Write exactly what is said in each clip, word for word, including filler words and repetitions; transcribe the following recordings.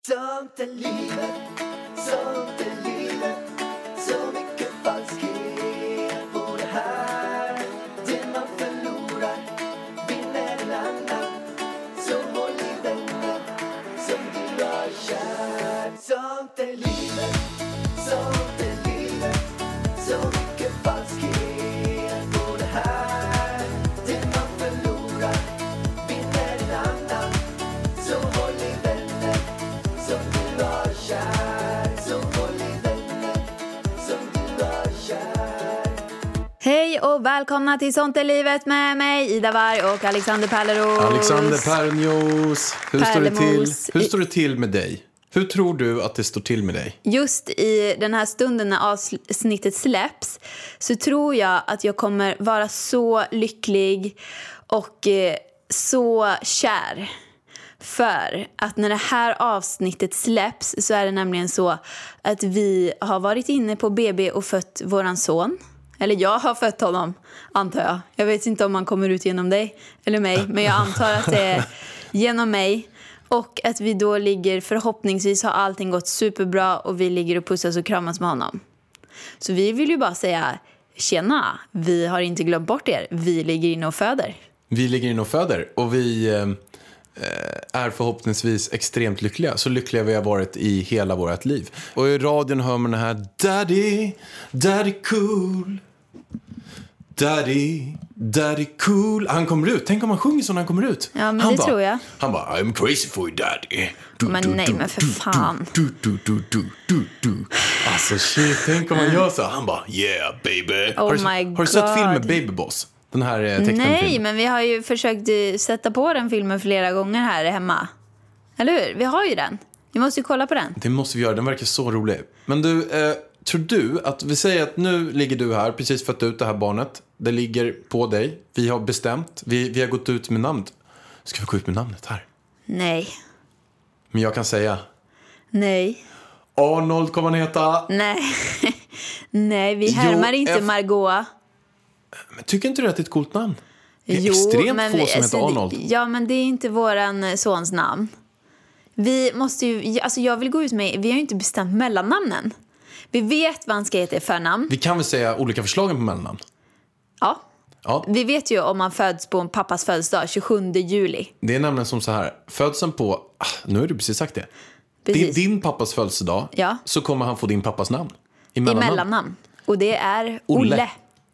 Sånt är livet, sånt är livet. Så mycket falskhet på det här. Det man förlorar vinner en annan. Så håll i vänner som du har kär. Sånt är livet, sånt är livet. Så mycket falskhet på det här. Det man förlorar vinner en annan. Så håll i vänner som du har kär. Så håll i vänner som du har kär. Hej och välkomna till Sånt är livet med mig, Ida Warg och Alexander Pärleros. Alexander Pärleros. Hur står det till? Pärlemos. Hur står det till med dig? Hur tror du att det står till med dig? Just i den här stunden när avsnittet släpps så tror jag att jag kommer vara så lycklig och eh, så kär. För att när det här avsnittet släpps så är det nämligen så att vi har varit inne på B B och fött våran son. Eller jag har fött honom, antar jag. Jag vet inte om han kommer ut genom dig eller mig, men jag antar att det är genom mig. Och att vi då ligger, förhoppningsvis har allting gått superbra och vi ligger och pussas och kramas med honom. Så vi vill ju bara säga, tjena, vi har inte glömt bort er. Vi ligger inne och föder. Vi ligger in och föder och vi eh, är förhoppningsvis extremt lyckliga. Så lyckliga vi har varit i hela vårt liv. Och i radion hör man den här Daddy, Daddy cool. Daddy, Daddy cool. Han kommer ut. Tänk om han sjunger så när han kommer ut. Ja, men han det bara, tror jag. Han bara, I'm crazy for you, daddy. Du, Men du, nej, du, men för du, fan. Du, du, du, du, du, du. Alltså shit, tänk om han gör så. Han bara, yeah baby. Oh har, du, my har du sett God. filmen Baby Boss? Den här eh, tecknade Nej, filmen. men vi har ju försökt eh, sätta på den filmen flera gånger här hemma. Eller hur? Vi har ju den. Vi måste ju kolla på den. Det måste vi göra, den verkar så rolig. Men du, eh, tror du att, vi säger att nu ligger du här, precis fött ut det här barnet. Det ligger på dig, vi har bestämt, vi, vi har gått ut med namnet. Ska vi gå ut med namnet här? Nej. Men jag kan säga, Nej. Arnold kommer han heta. Nej. Nej, vi härmar Jo, inte F- Margot. Men tycker inte du att det är ett coolt namn? Det är Jo, extremt men få vi- som alltså, heter Arnold. det- Ja, men det är inte våran sons namn. Vi måste ju, alltså jag vill gå ut med, vi har ju inte bestämt mellannamnen. Vi vet vad han ska heta i förnamn. Vi kan väl säga olika förslagen på mellannamn? Ja. Ja, Vi vet ju om man föds på en pappas födelsedag, tjugosjunde juli. det är nämligen som så här. Födseln på, ah, nu har du precis sagt det. Precis. Det är din pappas födelsedag, Ja. så kommer han få din pappas namn. I I mellannamn. mellannamn. Och det är Olle. Olle.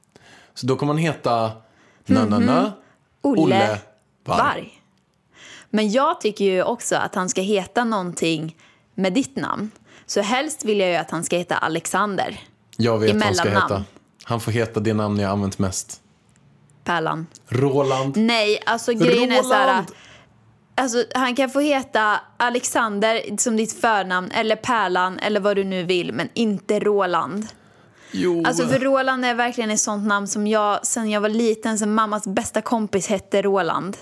Så då kommer han heta na na na Olle, Olle Varg. Varg. Men jag tycker ju också att han ska heta någonting med ditt namn. Så helst vill jag ju att han ska heta Alexander. Jag vet I vad han ska mellannamn. heta. Han får heta det namn jag använt mest. Pärlan. Roland. Nej, alltså grejen är så här. Roland. Alltså, han kan få heta Alexander som ditt förnamn, eller Pärlan, eller vad du nu vill, men inte Roland. Jo. Alltså, för Roland är verkligen ett sånt namn som jag, sen jag var liten, sen mammas bästa kompis hette Roland.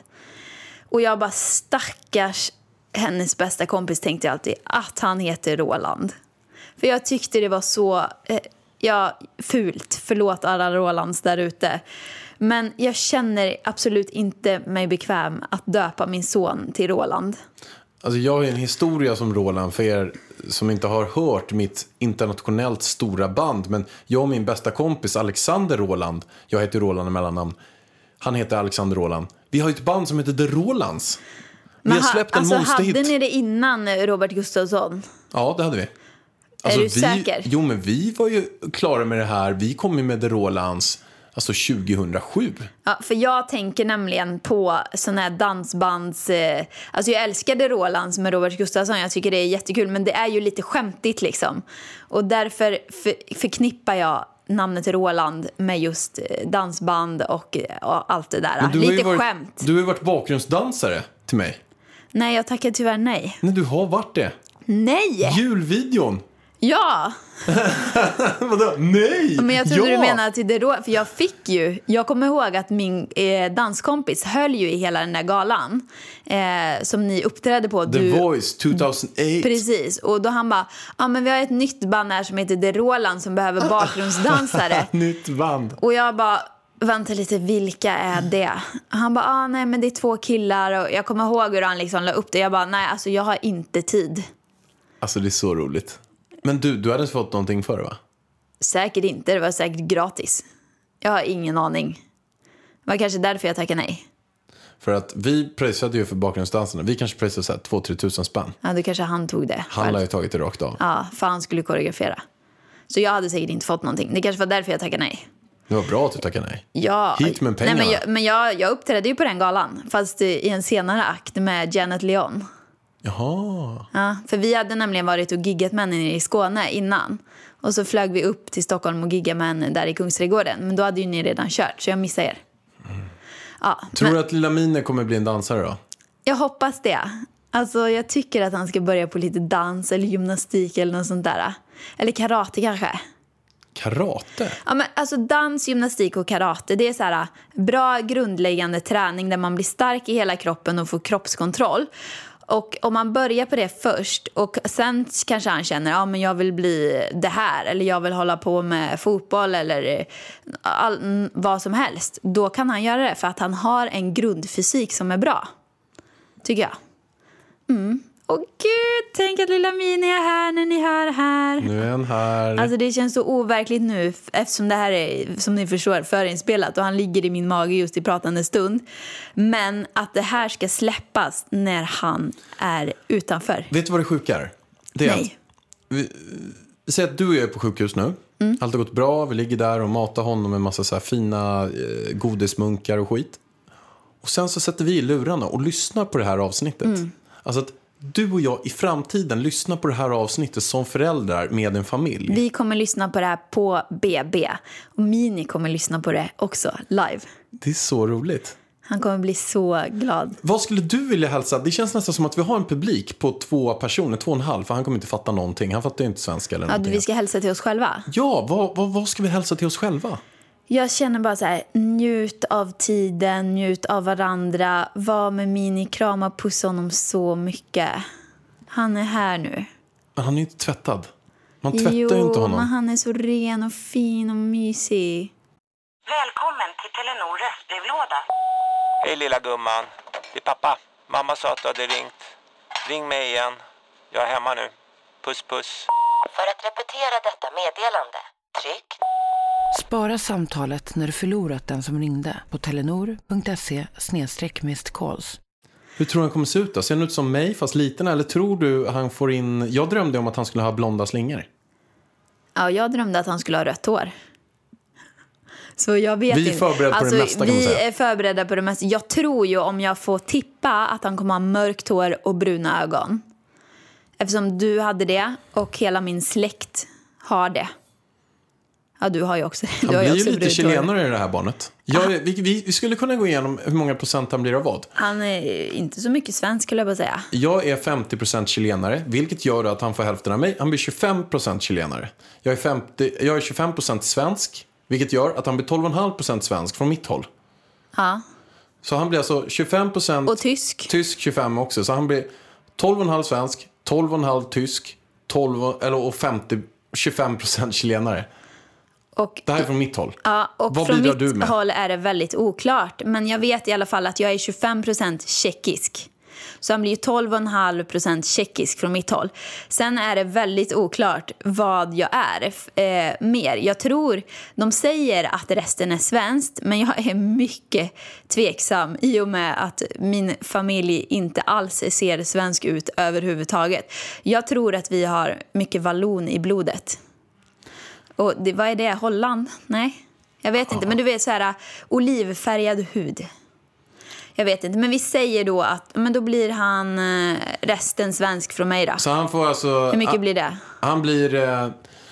Och jag bara, stackars hennes bästa kompis, tänkte jag alltid, att han heter Roland. För jag tyckte det var så, eh, ja, fult. Förlåt alla Rolands där ute. Men jag känner absolut inte mig bekväm att döpa min son till Roland. Alltså jag har en historia som Roland för er som inte har hört mitt internationellt stora band. Men jag och min bästa kompis Alexander Roland, jag heter Roland i mellannamn. Han heter Alexander Roland. Vi har ett band som heter The Rolands. Vi Men har ha- släppt en alltså, monsterhit. hade ni det innan Robert Gustafsson? Ja, det hade vi. Alltså, du vi, säker? Jo, men vi var ju klara med det här. Vi kom ju med The Rolands alltså tjugohundrasju. Ja, för jag tänker nämligen på såna här dansbands... Eh, alltså jag älskade Rolands med Robert Gustafsson. Jag tycker det är jättekul, men det är ju lite skämtigt liksom. Och därför för, förknippar jag namnet Roland med just eh, dansband och, och allt det där. Men du har ju Lite varit, skämt. Du har ju varit bakgrundsdansare till mig. Nej, jag tackar tyvärr nej. Nej, du har varit det. Nej! Julvideon. Ja! Vadå? Nej! Men jag trodde ja. du menade till det då, för jag fick ju, jag kommer ihåg att min eh, danskompis höll ju i hela den där galan eh, som ni uppträdde på. The du, Voice tjugohundraåtta. Precis, och då han bara, ja men vi har ett nytt band här som heter The Roland som behöver bakgrundsdansare. Nytt band. Och jag bara, vänta lite, vilka är det? Han bara, ah, nej men det är två killar. Och jag kommer ihåg hur han liksom la upp det. Jag bara, nej alltså jag har inte tid. Alltså det är så roligt. Men du, du hade inte fått någonting för det, va? Säkert inte, det var säkert gratis. Jag har ingen aning. Det var kanske därför jag tackade nej. För att vi pröjsade ju för bakgrundsdanserna. Vi kanske pröjsade så här två till tre tusen spänn. Ja, då kanske han tog det. Han har ju tagit det rakt av. Ja, för han skulle koreografera. Så jag hade säkert inte fått någonting. Det kanske var därför jag tackade nej. Det var bra att du tackade nej. Ja. Hit med pengarna. Nej, men jag, men jag, jag uppträdde ju på den galan. Fast i en senare akt med Janet Leon. Jaha. Ja, för vi hade nämligen varit och giggat med henne i Skåne innan. Och så flög vi upp till Stockholm och giggade med henne där i Kungsträdgården. Men då hade ju ni redan kört, så jag missade er. Mm. Ja, Tror men du att Lilla Mine kommer bli en dansare då? jag hoppas det. Alltså jag tycker att han ska börja på lite dans eller gymnastik eller något sånt där. Eller karate kanske. Karate? Ja, men alltså dans, gymnastik och karate, det är så här bra grundläggande träning där man blir stark i hela kroppen och får kroppskontroll. Och om man börjar på det först och sen kanske han känner ja, men jag vill bli det här eller jag vill hålla på med fotboll eller all, vad som helst. Då kan han göra det för att han har en grundfysik som är bra. Tycker jag. Mm. Och gud, tänk att Lilla Mini är här när ni hör här. Nu är han här. Alltså det känns så overkligt nu eftersom det här är, som ni förstår, förinspelat och han ligger i min mage just i pratande stund. Men att det här ska släppas när han är utanför. Vet du vad det sjuka är? Det är Nej. Att, vi, vi säger att du och jag är på sjukhus nu. Mm. Allt har gått bra, vi ligger där och matar honom med massa så här fina eh, godismunkar och skit. Och sen så sätter vi i lurarna och lyssnar på det här avsnittet. Mm. Alltså att du och jag i framtiden lyssnar på det här avsnittet som föräldrar med en familj. Vi kommer lyssna på det här på B B. Och Mini kommer lyssna på det också live. Det är så roligt. Han kommer bli så glad. Vad skulle du vilja hälsa? Det känns nästan som att vi har en publik på två personer, två och en halv. För han kommer inte fatta någonting. Han fattar ju inte svenska eller ja, någonting. Vi ska hälsa till oss själva. Ja, vad, vad, vad ska vi hälsa till oss själva? Jag känner bara så här, njut av tiden, njut av varandra. Var med Mini, krama och pussa honom så mycket. Han är här nu. Men han är ju inte tvättad. Man tvättar jo, ju inte honom. Jo, men han är så ren och fin och mysig. Välkommen till Telenor röstbrevlåda. Hej lilla gumman. Det är pappa. Mamma sa att du hade ringt. Ring mig igen. Jag är hemma nu. Puss puss. För att repetera detta meddelande, tryck. Spara samtalet när du förlorat den som ringde på telenor.se snedstreck missed calls. Hur tror du han kommer se ut då? Ser han ut som mig fast liten? Eller tror du han får in... Jag drömde om att han skulle ha blonda slingor. Ja, jag drömde att han skulle ha rött hår. Så jag vet vi är inte. förberedda på alltså, det mesta kan man säga. Vi är förberedda på det mesta. Jag tror ju om jag får tippa att han kommer ha mörkt hår och bruna ögon. Eftersom du hade det och hela min släkt har det. Ja, du har ju också. Du Han har blir ju ju också lite chilenare i det här barnet. Jag, vi, vi, vi skulle kunna gå igenom hur många procent han blir av vad. Han är inte så mycket svensk, skulle jag bara säga. Jag är femtio procent chilenare, vilket gör att han får hälften av mig. Han blir tjugofem procent chilenare. Jag är, femtio, jag är tjugofem procent svensk, vilket gör att han blir tolv komma fem procent svensk från mitt håll. Ja. Så han blir alltså tjugofem procent... Och tysk. Tysk tjugofem också. Så han blir tolv komma fem svensk, tolv komma fem tysk, tolv, eller, och femtio, tjugofem procent chilenare. Och, det här är från mitt håll. Ja, och vad från bidrar mitt du med? håll är det väldigt oklart. Men jag vet i alla fall att jag är tjugofem procent tjeckisk. Så han blir ju tolv komma fem procent tjeckisk från mitt håll. Sen är det väldigt oklart vad jag är eh, mer. Jag tror, de säger att resten är svenskt. Men jag är mycket tveksam i och med att min familj inte alls ser svensk ut överhuvudtaget. Jag tror att vi har mycket vallon i blodet. Och det, vad är det? Holland? Nej, jag vet inte. Men du vet så här, olivfärgad hud. Jag vet inte. Men vi säger då att men då blir han resten svensk från mig då. Så han får alltså... Hur mycket han, blir det? Han blir... Eh,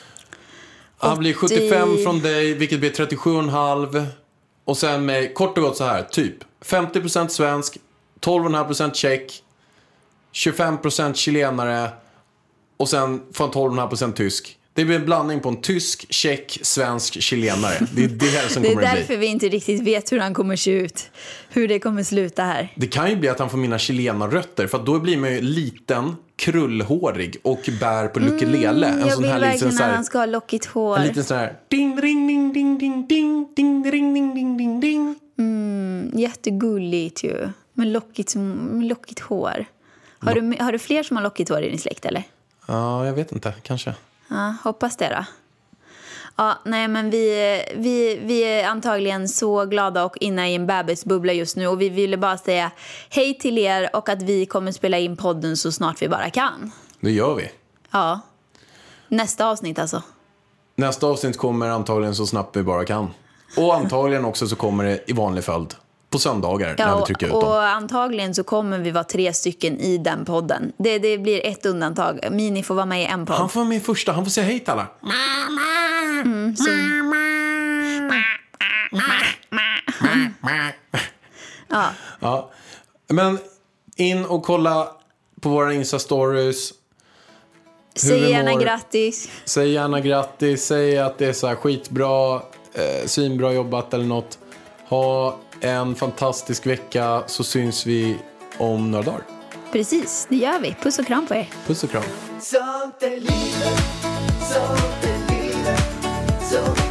han blir sjuttiofem från dig, vilket blir trettiosju komma fem. Och sen med, kort och gott så här, typ femtio procent svensk, tolv komma fem procent tjeck, tjugofem procent chilenare och sen från tolv komma fem procent tysk. Det blir en blandning på en tysk, tjeck, svensk, chilenare. Det är det här som det är kommer att bli. därför vi inte riktigt vet hur han kommer se ut. Hur det kommer sluta här. Det kan ju bli att han får mina chilenarrötter. För att då blir man ju liten, krullhårig och bär på ukulele. Mm, en jag sån vill här verkligen så här, att han ska ha lockigt hår. En liten sån här ding, ring, ding, ding, ding, ding, ding, ring, ding, ding, ding, ding. Mm, jättegulligt ju. Med lockigt, med lockigt hår. Har, du, har du fler som har lockigt hår i din släkt eller? Ja, jag vet inte. Kanske. Ja, hoppas det då. Ja, nej men vi, vi, vi är antagligen så glada och inne i en bebisbubbla just nu. Och vi ville bara säga hej till er och att vi kommer spela in podden så snart vi bara kan. Det gör vi. Ja, nästa avsnitt alltså. Nästa avsnitt kommer antagligen så snabbt vi bara kan. Och antagligen också så kommer det i vanlig följd på söndagar ja, när vi trycker ut och dem. Och antagligen så kommer vi vara tre stycken i den podden. Det, det blir ett undantag. Mini får vara med i en podd. Han får vara med i första, han får säga hej till alla. Mm, så... ja. Ja. Men in och kolla på våra Insta-stories. Säg gärna grattis. Säg gärna grattis. Säg att det är så här skitbra, eh, svinbra jobbat eller något. Ha en fantastisk vecka så syns vi om några dagar. Precis, det gör vi. Puss och kram på er. Puss och kram. Sånt är livet, sånt är livet, så